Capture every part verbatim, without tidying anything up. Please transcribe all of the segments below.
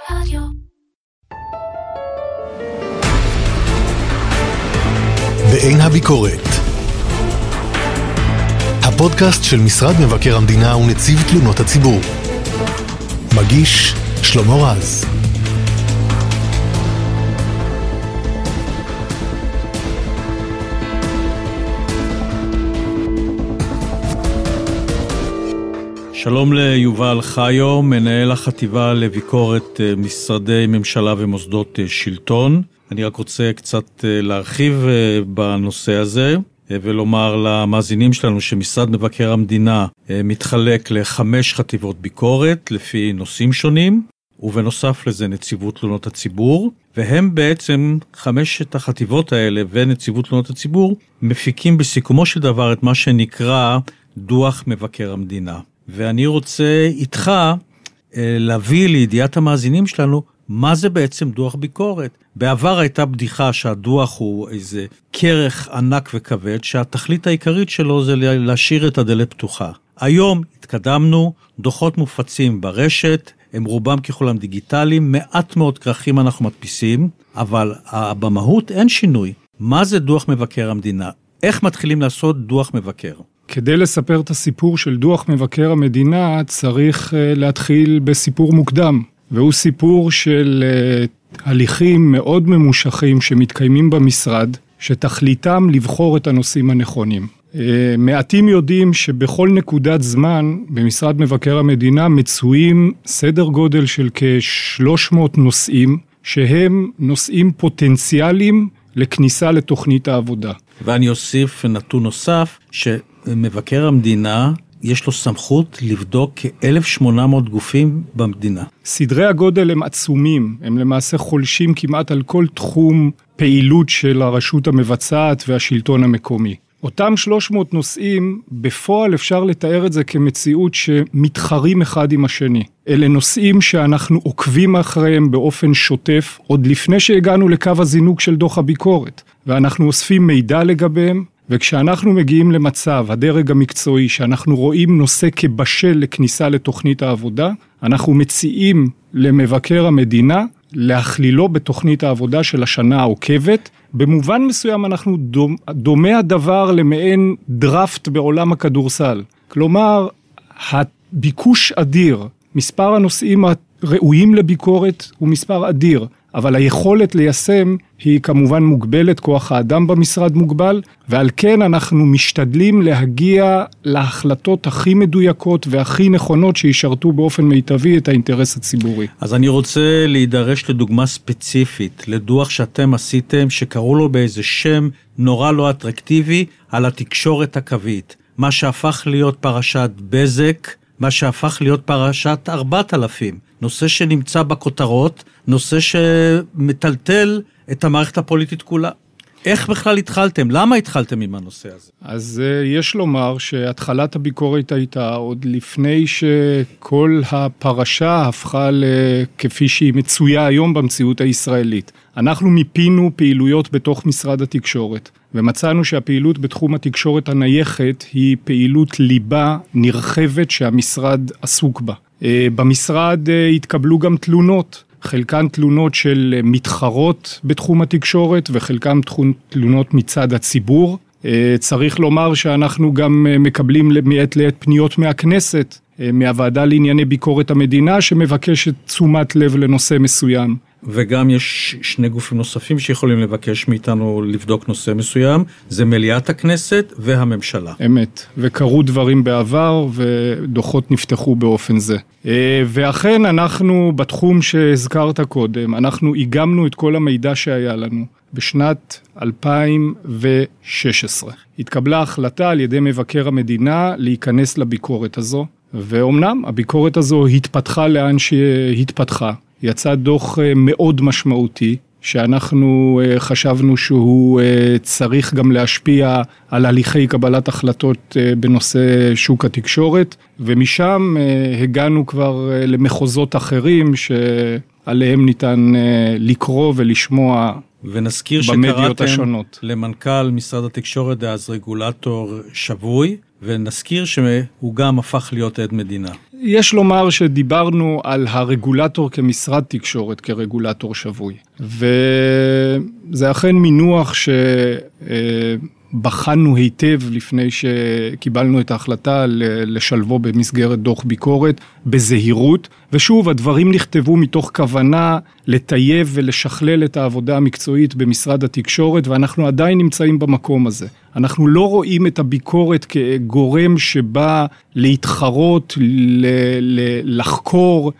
רדיו. בעין הביקורת, הפודקאסט של משרד מבקר המדינה ונציב תלונות הציבור. מגיש שלמה רז. שלום ליובל חיו, מנהל החטיבה לביקורת משרדי ממשלה ומוסדות שלטון. אני רק רוצה קצת להרחיב בנושא הזה ולומר למאזינים שלנו שמשרד מבקר המדינה מתחלק לחמש חטיבות ביקורת לפי נושאים שונים, ובנוסף לזה נציבות תלונות הציבור, והם בעצם חמשת החטיבות האלה ונציבות תלונות הציבור מפיקים בסיכומו של דבר את מה שנקרא דוח מבקר המדינה. ואני רוצה איתך להביא לידיעת המאזינים שלנו מה זה בעצם דוח ביקורת. בעבר הייתה בדיחה שהדוח הוא איזה כרך ענק וכבד, שהתכלית העיקרית שלו זה להשאיר את הדלת פתוחה. היום התקדמנו, דוחות מופצים ברשת, הם רובם ככולם דיגיטליים, מעט מאוד כרכים אנחנו מדפיסים, אבל במהות אין שינוי. מה זה דוח מבקר המדינה? איך מתחילים לעשות דוח מבקר? כדי לספר את הסיפור של דוח מבקר המדינה, צריך להתחיל בסיפור מוקדם, והוא סיפור של הליכים מאוד ממושכים שמתקיימים במשרד, שתכליתם לבחור את הנושאים הנכונים. מעטים יודעים שבכל נקודת זמן במשרד מבקר המדינה מצויים סדר גודל של כ-שלוש מאות נושאים, שהם נושאים פוטנציאליים לכניסה לתוכנית העבודה. ואני אוסיף נתון נוסף, שמבקר המדינה יש לו סמכות לבדוק כ-אלף ושמונה מאות גופים במדינה. סדרי הגודל הם עצומים, הם למעשה חולשים כמעט על כל תחום פעילות של הרשות המבצעת והשלטון המקומי. אותם שלוש מאות נושאים, בפועל אפשר לתאר את זה כמציאות שמתחרים אחד עם השני. אלה נושאים שאנחנו עוקבים אחריהם באופן שוטף, עוד לפני שהגענו לקו הזינוק של דוח הביקורת, ואנחנו אוספים מידע לגביהם, וכשאנחנו מגיעים למצב, הדרג המקצועי, שאנחנו רואים נושא כבשל לכניסה לתוכנית העבודה, אנחנו מציעים למבקר המדינה להכלילו בתוכנית העבודה של השנה העוקבת. במובן מסוים אנחנו דומה הדבר למעין דרפט בעולם הכדורסל. כלומר, הביקוש אדיר, מספר הנושאים הראויים לביקורת הוא מספר אדיר, אבל היכולת ליישם היא כמובן מוגבלת, כוח האדם במשרד מוגבל, ועל כן אנחנו משתדלים להגיע להחלטות הכי מדויקות והכי נכונות שישרתו באופן מיטבי את האינטרס הציבורי. אז אני רוצה להידרש לדוגמה ספציפית, לדוח שאתם עשיתם שקראו לו באיזה שם נורא לא אטרקטיבי על התקשורת הקווית, מה שהפך להיות פרשת בזק, מה שהפך להיות פרשת ארבעת אלפים, נושא שנמצא בכותרות, נושא שמטלטל את המערכת הפוליטית כולה. איך בכלל התחלתם? למה התחלתם עם הנושא הזה? אז יש לומר שהתחלת הביקורת הייתה עוד לפני שכל הפרשה הפכה כפי שהיא מצויה היום במציאות הישראלית. אנחנו מיפינו פעילויות בתוך משרד התקשורת, ומצאנו שהפעילות בתחום התקשורת הנייחת היא פעילות ליבה נרחבת שהמשרד עסוק בה. במשרד התקבלו גם תלונות, חלקן תלונות של מתחרות בתחום התקשורת וחלקן תלונות מצד הציבור. צריך לומר שאנחנו גם מקבלים מעת לעת פניות מהכנסת, מהוועדה לענייני ביקורת המדינה שמבקשת תשומת לב לנושא מסוים. וגם יש שני גופים נוספים שיכולים לבקש מאיתנו לבדוק נושא מסוים, זה מליאת הכנסת והממשלה. אמת, וקרו דברים בעבר ודוחות נפתחו באופן זה. ואכן אנחנו בתחום שהזכרת קודם, אנחנו איגמנו את כל המידע שהיה לנו בשנת אלפיים ושש עשרה. התקבלה החלטה על ידי מבקר המדינה להיכנס לביקורת הזו, ואומנם הביקורת הזו התפתחה לאן שהתפתחה. יצא דוח מאוד משמעותי, שאנחנו חשבנו שהוא צריך גם להשפיע על הליכי קבלת החלטות בנושא שוק התקשורת, ומשם הגענו כבר למחוזות אחרים שעליהם ניתן לקרוא ולשמוע ונזכיר שקראתם למנכ"ל משרד התקשורת, אז רגולטור שבוי, ונזכיר שהוא גם הפך להיות עד מדינה. יש לומר שדיברנו על הרגולטור כמשרד תקשורת, כרגולטור שבוי. וזה אכן מינוח שבחנו היטב לפני שקיבלנו את ההחלטה לשלבו במסגרת דוח ביקורת, בזהירות. ושוב, הדברים נכתבו מתוך כוונה לטייב ולשכלל את העבודה המקצועית במשרד התקשורת, ואנחנו עדיין נמצאים במקום הזה. אנחנו לא רואים את הביקורת כגורם שבא להתחרות, לחקור,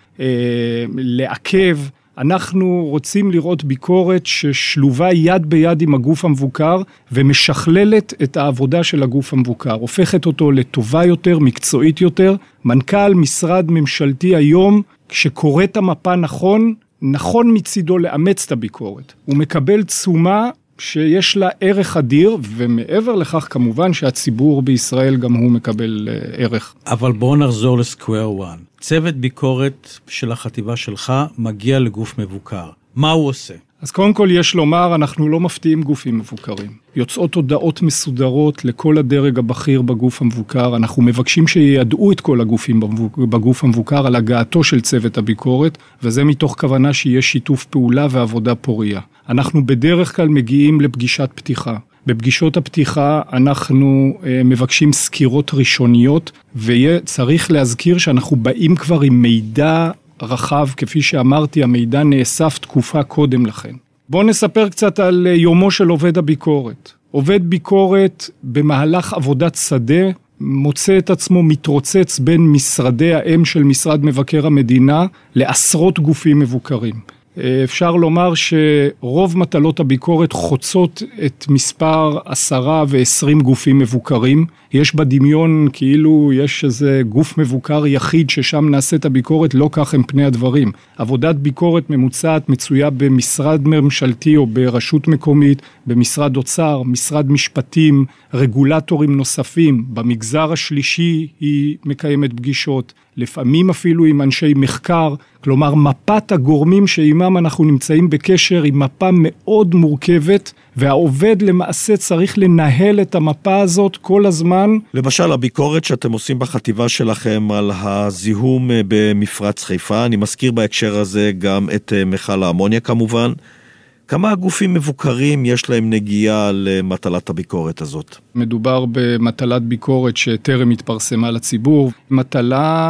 לעכב. אנחנו רוצים לראות ביקורת ששלובה יד ביד עם הגוף המבוקר, ומשכללת את העבודה של הגוף המבוקר, הופכת אותו לטובה יותר, מקצועית יותר. מנכ"ל משרד ממשלתי היום, כשקורא את המפה נכון, נכון מצידו לאמץ את הביקורת. הוא מקבל תשומה שיש לה ערך אדיר, ומעבר לכך כמובן שהציבור בישראל גם הוא מקבל ערך. אבל בואו נחזור לסקוואר וואן. צוות ביקורת של החטיבה שלך מגיע לגוף מבוקר. מה הוא עושה? אז קודם כל יש לומר, אנחנו לא מפתיעים גופים מבוקרים. יוצאות הודעות מסודרות לכל הדרג הבכיר בגוף המבוקר. אנחנו מבקשים שידעו את כל הגופים בגוף המבוקר על הגעתו של צוות הביקורת, וזה מתוך כוונה שיש שיתוף פעולה ועבודה פוריה. אנחנו בדרך כלל מגיעים לפגישת פתיחה. בפגישות הפתיחה אנחנו מבקשים סקירות ראשוניות, וצריך להזכיר שאנחנו באים כבר עם מידע רחב, כפי שאמרתי, המידע נאסף תקופה קודם לכן. בואו נספר קצת על יומו של עובד הביקורת. עובד ביקורת במהלך עבודת שדה, מוצא את עצמו מתרוצץ בין משרדי האם של משרד מבקר המדינה לעשרות גופים מבוקרים. אפשר לומר שרוב מטלות הביקורת חוצות את מספר עשרה ועשרים גופים מבוקרים. יש בדמיון כאילו יש איזה גוף מבוקר יחיד ששם נעשית הביקורת, לא כך הם פני הדברים. עבודת ביקורת ממוצעת מצויה במשרד ממשלתי או ברשות מקומית, במשרד אוצר, משרד משפטים, רגולטורים נוספים. במגזר השלישי היא מקיימת פגישות, לפעמים אפילו עם אנשי מחקר, כלומר מפת הגורמים שעימם אנחנו נמצאים בקשר היא מפה מאוד מורכבת, והעובד למעשה צריך לנהל את המפה הזאת כל הזמן. למשל, הביקורת שאתם עושים בחטיבה שלכם על הזיהום במפרץ חיפה, אני מזכיר בהקשר הזה גם את מכל האמוניה כמובן. כמה גופים מבוקרים יש להם נגיעה למטלת הביקורת הזאת? מדובר במטלת ביקורת שטרם התפרסמה לציבור, מטלה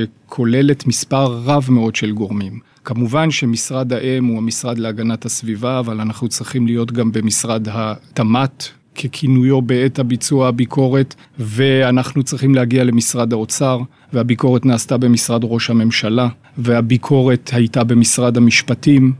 שכוללת מספר רב מאוד של גורמים. כמובן שמשרד האם הוא המשרד להגנת הסביבה, אבל אנחנו צריכים להיות גם במשרד התמ"ת, ככינויו בעת הביצוע הביקורת, ואנחנו צריכים להגיע למשרד האוצר, והביקורת נעשתה במשרד ראש הממשלה, והביקורת הייתה במשרד המשפטים,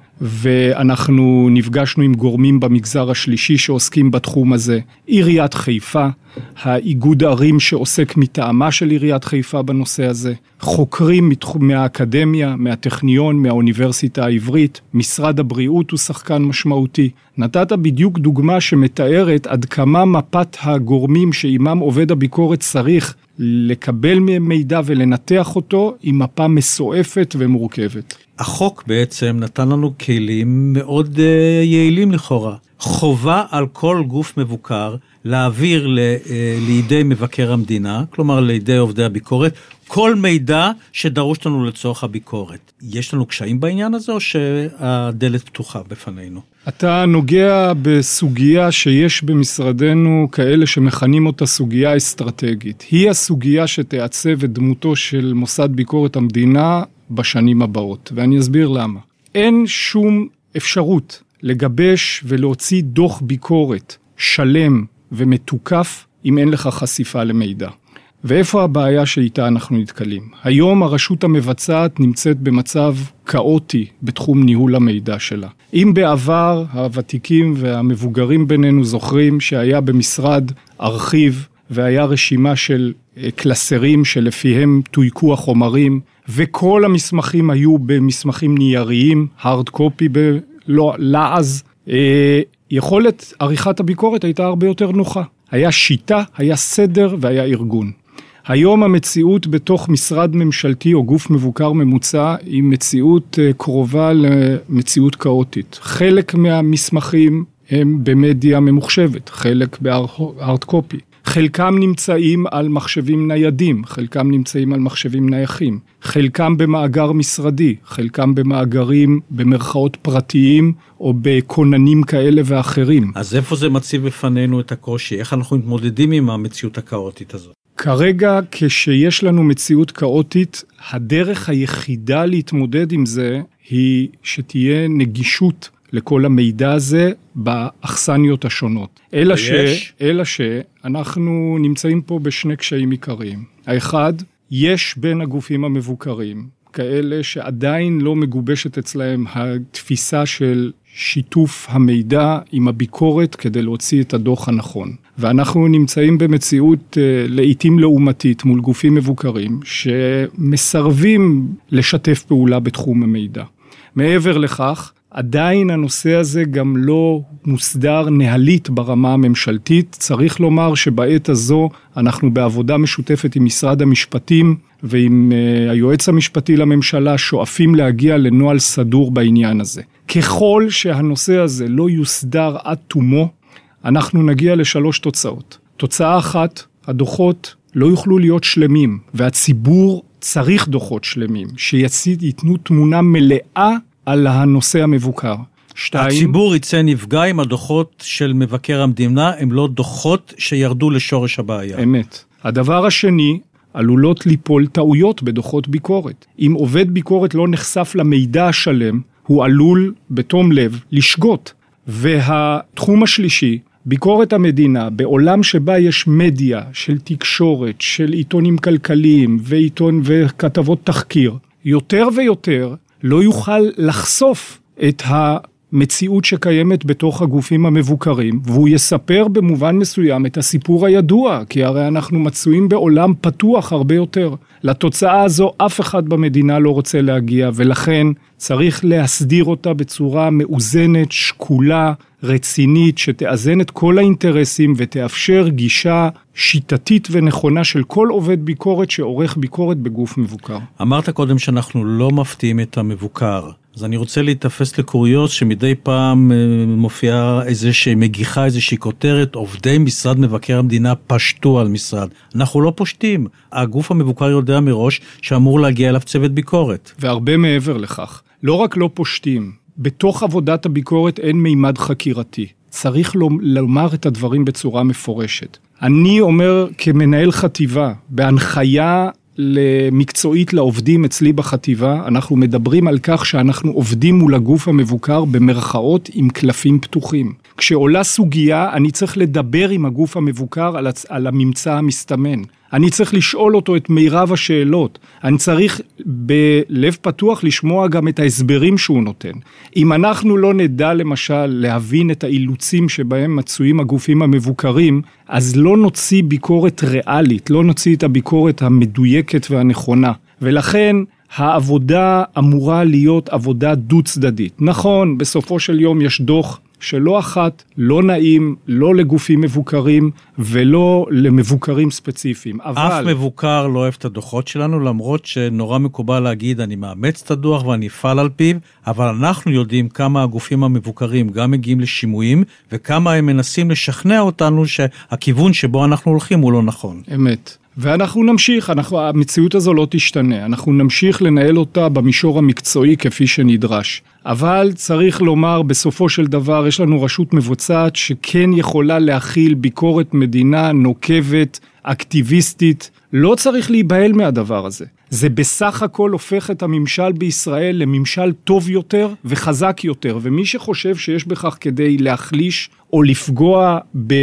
ואנחנו נפגשנו עם גורמים במגזר השלישי שעוסקים בתחום הזה, עיריית חיפה, האיגוד ערים שעוסק מטעמה של עיריית חיפה בנושא הזה, חוקרים מהאקדמיה, מהטכניון, מהאוניברסיטה העברית, משרד הבריאות הוא שחקן משמעותי. נתת בדיוק דוגמה שמתארת עד כמה מפת הגורמים שעימם עובד הביקורת צריך לקבל מהם מידע ולנתח אותו עם מפה מסועפת ומורכבת. החוק בעצם נתן לנו כלים מאוד uh, יעילים לכאורה. חובה על כל גוף מבוקר להעביר ל, uh, לידי מבקר המדינה, כלומר לידי עובדי הביקורת, כל מידע שדרוש לנו לצורך הביקורת. יש לנו קשיים בעניין הזה או שהדלת פתוחה בפנינו? אתה נוגע בסוגיה שיש במשרדנו כאלה שמכנים אותה סוגיה אסטרטגית. היא הסוגיה שתעצב את דמותו של מוסד ביקורת המדינה בשנים הבאות, ואני אסביר למה. אין שום אפשרות לגבש ולהוציא דוח ביקורת שלם ומתוקף אם אין לך חשיפה למידע. ואיפה הבעיה שאיתה אנחנו נתקלים? היום הרשות המבצעת נמצאת במצב כאוטי בתחום ניהול המידע שלה. אם בעבר הוותיקים והמבוגרים בינינו זוכרים שהיה במשרד ארכיב והיה רשימה של קלסרים שלפיהם תויקו החומרים, וכל המסמכים היו במסמכים נייריים, hard copy בלא לעז, יכולת עריכת הביקורת הייתה הרבה יותר נוחה. היה שיטה, היה סדר והיה ארגון. היום המציאות בתוך משרד ממשלתי או גוף מבוקר ממוצע היא מציאות קרובה למציאות כאוטית. חלק מהמסמכים הם במדיה ממוחשבת, חלק בהארד קופי. חלקם נמצאים על מחשבים ניידים, חלקם נמצאים על מחשבים נייחים, חלקם במאגר משרדי, חלקם במאגרים במרכאות פרטיים או בקוננים כאלה ואחרים. אז איפה זה מציב בפנינו את הקושי? איך אנחנו מתמודדים עם המציאות הכאוטית הזאת? כרגע כשיש לנו מציאות כאוטית, הדרך היחידה להתמודד עם זה היא שתהיה נגישות לכל המידע הזה באכסניות השונות. אלא ש, אלא שאנחנו נמצאים פה בשני קשיים עיקריים. האחד, יש בין הגופים המבוקרים כאלה שעדיין לא מגובשת אצלהם התפיסה של שיתוף המידע עם הביקורת כדי להוציא את הדוח הנכון. ואנחנו נמצאים במציאות לעתים לעומתית מול גופים מבוקרים שמסרבים לשתף פעולה בתחום המידע. מעבר לכך, עדיין הנושא הזה גם לא מוסדר נהלית ברמה הממשלתית. צריך לומר שבעת הזו אנחנו בעבודה משותפת עם משרד המשפטים ועם uh, היועץ המשפטי לממשלה שואפים להגיע לנוהל סדור בעניין הזה. ככל שהנושא הזה לא יוסדר עד תומו, אנחנו נגיע לשלוש תוצאות. תוצאה אחת, הדוחות לא יוכלו להיות שלמים, והציבור צריך דוחות שלמים, שייתנו תמונה מלאה על הנושא המבוקר. שתיים, הציבור יצא נפגע עם הדוחות של מבקר המדינה, הם לא דוחות שירדו לשורש הבעיה. אמת. הדבר השני, עלולות ליפול טעויות בדוחות ביקורת. אם עובד ביקורת לא נחשף למידע השלם, הוא עלול בתום לב לשגות. והתחום השלישי, ביקורת המדינה, בעולם שבה יש מדיה של תקשורת, של עיתונים כלכליים ועיתון וכתבות תחקיר, יותר ויותר לא יוכל לחשוף את המציאות שקיימת בתוך הגופים המבוקרים, והוא יספר במובן מסוים את הסיפור הידוע, כי הרי אנחנו מצויים בעולם פתוח הרבה יותר. לתוצאה הזו אף אחד במדינה לא רוצה להגיע, ולכן צריך להסדיר אותה בצורה מאוזנת, שקולה, רצינית, שתאזן את כל האינטרסים ותאפשר גישה שיטתית ונכונה של כל עובד ביקורת שעורך ביקורת בגוף מבוקר. אמרת קודם שאנחנו לא מפתיעים את המבוקר, אז אני רוצה להתאפס לקוריוז שמדי פעם מופיעה איזושהי מגיחה, איזושהי כותרת, עובדי משרד מבקר המדינה פשטו על משרד. אנחנו לא פושטים, הגוף המבוקר יודע מראש שאמור להגיע אליו צוות ביקורת. והרבה מעבר לכך, לא רק לא פושטים, בתוך עבודת הביקורת אין מימד חקירתי. צריך לומר את הדברים בצורה מפורשת. אני אומר כמנהל חטיבה, בהנחיה למקצועית לעובדים אצלי בחטיבה, אנחנו מדברים על כך שאנחנו עובדים מול הגוף המבוקר במרכאות עם קלפים פתוחים. כשעולה סוגיה, אני צריך לדבר עם הגוף המבוקר על, הצ... על הממצא המסתמן. אני צריך לשאול אותו את מירב השאלות. אני צריך בלב פתוח לשמוע גם את ההסברים שהוא נותן. אם אנחנו לא נדע למשל להבין את האילוצים שבהם מצויים הגופים המבוקרים, אז לא נוציא ביקורת ריאלית, לא נוציא את הביקורת המדויקת והנכונה. ולכן העבודה אמורה להיות עבודה דו צדדית. נכון, בסופו של יום יש דוח שלא אחת, לא נעים, לא לגופים מבוקרים ולא למבוקרים ספציפיים. אבל... אף מבוקר לא אוהב את הדוחות שלנו, למרות שנורא מקובל להגיד, אני מאמץ את הדוח ואני אפעל על פיו, אבל אנחנו יודעים כמה הגופים המבוקרים גם מגיעים לשימועים, וכמה הם מנסים לשכנע אותנו שהכיוון שבו אנחנו הולכים הוא לא נכון. אמת. ואנחנו נמשיך, אנחנו, המציאות הזו לא תשתנה, אנחנו נמשיך לנהל אותה במישור המקצועי כפי שנדרש. אבל צריך לומר, בסופו של דבר, יש לנו רשות מבוצעת שכן יכולה להכיל ביקורת מדינה נוקבת, אקטיביסטית, לא צריך להיבהל מהדבר הזה. זה בסך הכל הופך את הממשל בישראל לממשל טוב יותר וחזק יותר, ומי שחושב שיש בכך כדי להחליש או לפגוע ב...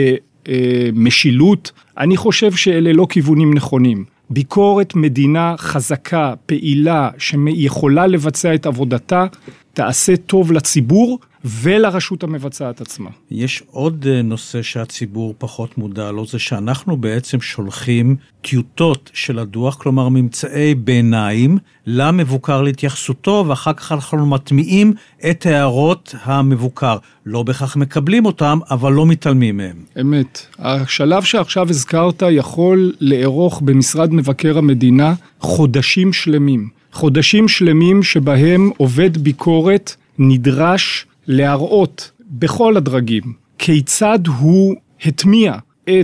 משילות, אני חושב שאלה לא כיוונים נכונים. ביקורת מדינה חזקה, פעילה, שיכולה לבצע את עבודתה, תעשה טוב לציבור ולרשות המבצעת עצמה. יש עוד נושא שהציבור פחות מודע לו, זה שאנחנו בעצם שולחים טיוטות של הדוח, כלומר ממצאי ביניים, למבוקר להתייחסותו, ואחר כך אנחנו מטמיעים את הערות המבוקר. לא בכך מקבלים אותם, אבל לא מתעלמים מהם. אמת. השלב שעכשיו הזכרת יכול לערוך במשרד מבקר המדינה חודשים שלמים. חודשים שלמים שבהם עובד ביקורת נדרש להראות בכל הדרגים כיצד הוא התמיע את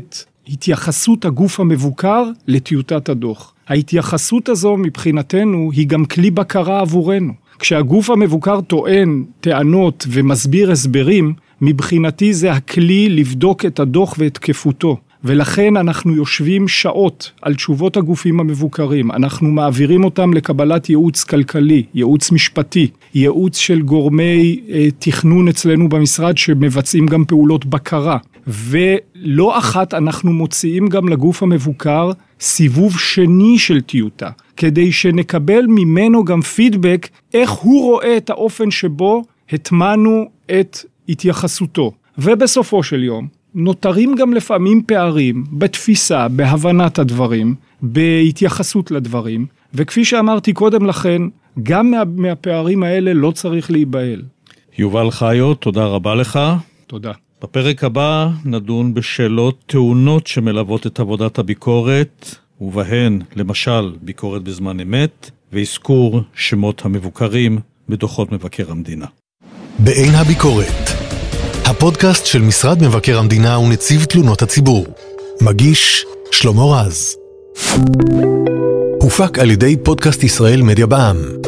התייחסות הגוף המבוקר לטיוטת הדוח. ההתייחסות הזו מבחינתנו היא גם כלי בקרה עבורנו. כשהגוף המבוקר טוען טענות ומסביר הסברים, מבחינתי זה הכלי לבדוק את הדוח ואת תקפותו. ולכן אנחנו יושבים שעות על תשובות הגופים המבוקרים. אנחנו מעבירים אותם לקבלת ייעוץ כלכלי, ייעוץ משפטי, ייעוץ של גורמי אה, תכנון אצלנו במשרד שמבצעים גם פעולות בקרה. ולא אחת אנחנו מוציאים גם לגוף המבוקר סיבוב שני של טיוטה, כדי שנקבל ממנו גם פידבק איך הוא רואה את האופן שבו התמנו את התייחסותו. ובסופו של יום, נותרים גם לפעמים פערים בתפיסה, בהבנת הדברים, בהתייחסות לדברים, וכפי שאמרתי קודם לכן, גם מה, מהפערים האלה לא צריך להיבהל. יובל חיו, תודה רבה לך. תודה. בפרק הבא נדון בשאלות טעונות שמלוות את עבודת הביקורת, ובהן למשל ביקורת בזמן אמת, ואזכור שמות המבוקרים בדוחות מבקר המדינה. בעין הביקורת, הפודקאסט של משרד מבקר המדינה ונציב תלונות הציבור. מגיש שלמה רז. הופק על ידי פודקאסט ישראל מדיה בע"מ.